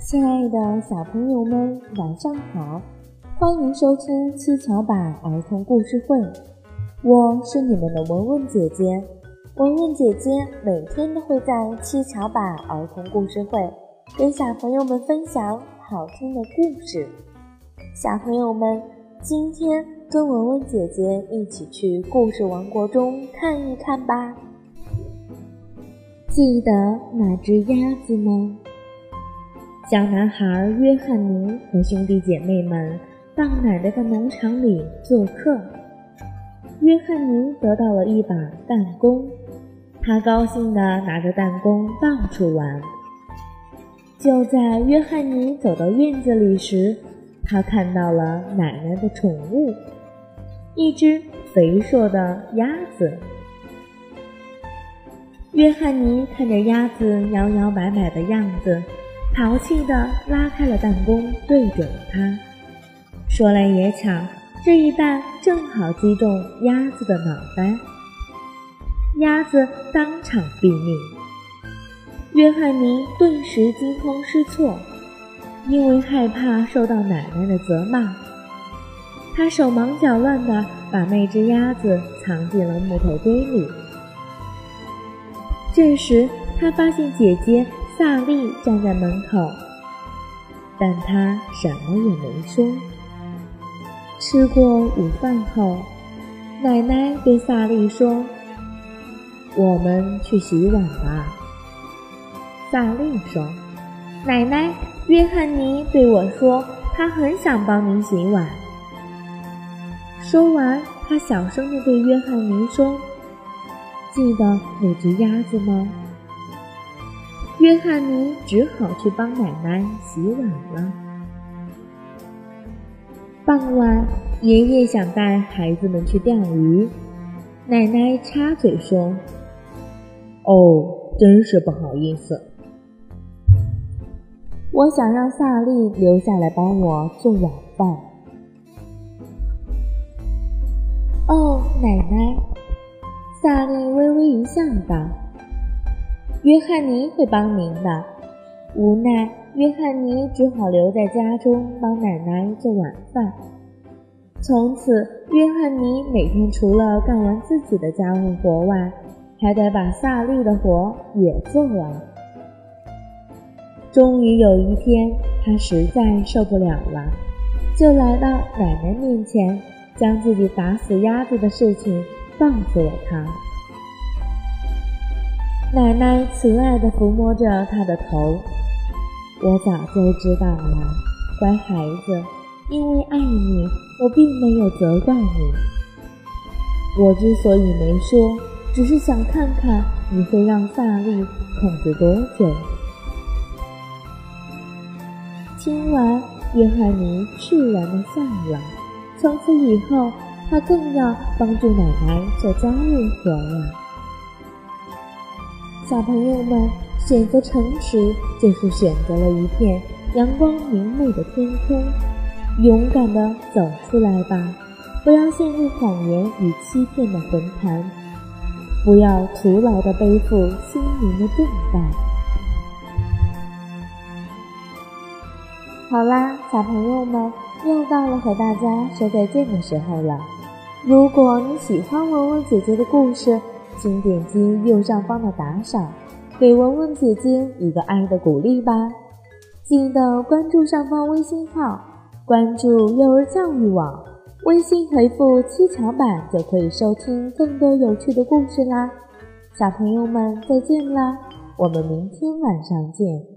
亲爱的小朋友们，晚上好！欢迎收听七巧板儿童故事会，我是你们的文文姐姐。文文姐姐每天都会在七巧板儿童故事会给小朋友们分享好听的故事。小朋友们，今天跟文文姐姐一起去故事王国中看一看吧。记得那只鸭子吗？小男孩约翰尼和兄弟姐妹们到奶奶的农场里做客。约翰尼得到了一把弹弓，他高兴地拿着弹弓到处玩。就在约翰尼走到院子里时，他看到了奶奶的宠物，一只肥硕的鸭子。约翰尼看着鸭子摇摇摆摆的样子，淘气地拉开了弹弓，对准了它。说来也巧，这一弹正好击中鸭子的脑袋，鸭子当场毙命。约翰尼顿时惊慌失措，因为害怕受到奶奶的责骂，他手忙脚乱地把那只鸭子藏进了木头堆里。这时他发现姐姐萨莉站在门口，但她什么也没说。吃过午饭后，奶奶对萨莉说：“我们去洗碗吧。”萨莉说：“奶奶，约翰尼对我说，他很想帮您洗碗。”说完，他小声地对约翰尼说：“记得那只鸭子吗？”约翰尼只好去帮奶奶洗碗了。傍晚，爷爷想带孩子们去钓鱼，奶奶插嘴说：“哦，真是不好意思，我想让萨莉留下来帮我做晚饭。”哦，奶奶，萨莉微微一笑道：“约翰尼会帮您的。”无奈，约翰尼只好留在家中帮奶奶做晚饭。从此，约翰尼每天除了干完自己的家务活外，还得把萨莉的活也做完。终于有一天，他实在受不了了，就来到奶奶面前，将自己打死鸭子的事情告诉了她。奶奶慈爱地抚摸着他的头：“我早就知道了，乖孩子，因为爱你，我并没有责怪你。我之所以没说，只是想看看你会让萨莉控制多久。”听完，约翰尼释然地笑了。从此以后，他更要帮助奶奶做家务活了。小朋友们，选择诚实就是选择了一片阳光明媚的天空。勇敢地走出来吧，不要陷入谎言与欺骗的魂坛，不要徒劳地背负心灵的重担。好啦，小朋友们，又到了和大家说再见的时候了。如果你喜欢文文姐姐的故事，请点击右上方的打赏，给文文姐姐一个爱的鼓励吧。记得关注上方微信号，关注幼儿教育网，微信回复七巧板就可以收听更多有趣的故事啦。小朋友们再见啦，我们明天晚上见。